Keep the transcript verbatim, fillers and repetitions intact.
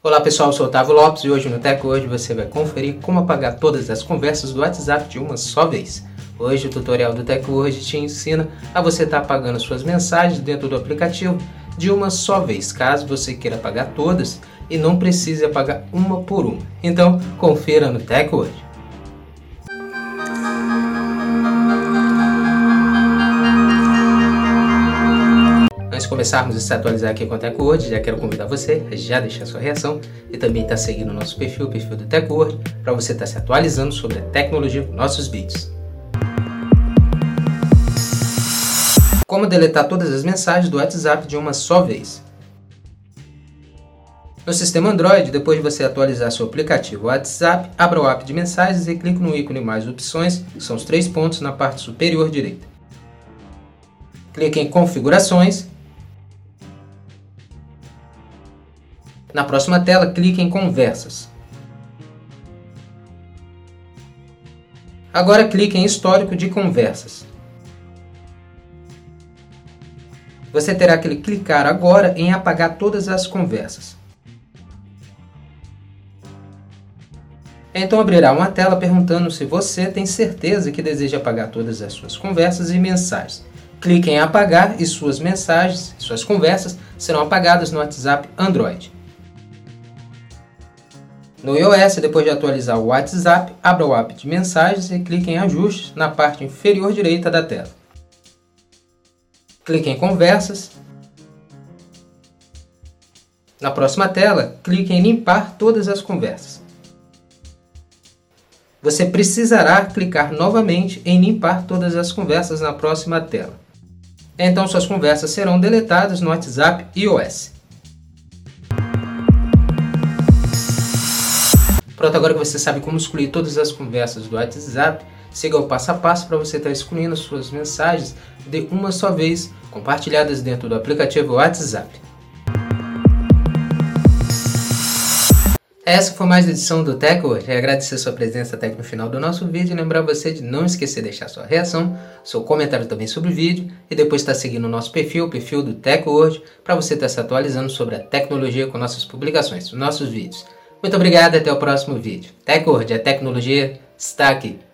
Olá pessoal, eu sou Otávio Lopes e hoje no Tech Hoje você vai conferir como apagar todas as conversas do WhatsApp de uma só vez. Hoje o tutorial do Tech Hoje te ensina a você estar apagando suas mensagens dentro do aplicativo de uma só vez, caso você queira apagar todas e não precise apagar uma por uma. Então confira no Tech Hoje. Antes de começarmos a se atualizar aqui com o Tech Word, já quero convidar você a já deixar sua reação e também estar seguindo o nosso perfil, o perfil do Tech Word, para você estar se atualizando sobre a tecnologia com nossos vídeos. Como deletar todas as mensagens do WhatsApp de uma só vez? No sistema Android, depois de você atualizar seu aplicativo WhatsApp, abra o app de mensagens e clique no ícone mais opções, que são os três pontos na parte superior direita. Clique em configurações. Na próxima tela, clique em Conversas. Agora clique em Histórico de conversas. Você terá que clicar agora em Apagar todas as conversas. Então abrirá uma tela perguntando se você tem certeza que deseja apagar todas as suas conversas e mensagens. Clique em Apagar e suas mensagens, suas conversas serão apagadas no WhatsApp Android. No iOS, depois de atualizar o WhatsApp, abra o app de mensagens e clique em Ajustes na parte inferior direita da tela. Clique em Conversas. Na próxima tela, clique em Limpar todas as conversas. Você precisará clicar novamente em Limpar todas as conversas na próxima tela. Então suas conversas serão deletadas no WhatsApp iOS. Pronto, agora que você sabe como excluir todas as conversas do WhatsApp, siga o passo a passo para você estar excluindo suas mensagens de uma só vez, compartilhadas dentro do aplicativo WhatsApp. Essa foi mais uma edição do Tech Hoje. Agradecer sua presença até aqui no final do nosso vídeo e lembrar você de não esquecer de deixar sua reação, seu comentário também sobre o vídeo e depois estar seguindo o nosso perfil, o perfil do Tech Hoje, para você estar se atualizando sobre a tecnologia com nossas publicações, nossos vídeos. Muito obrigado e até o próximo vídeo. Tech Hoje, a tecnologia está aqui.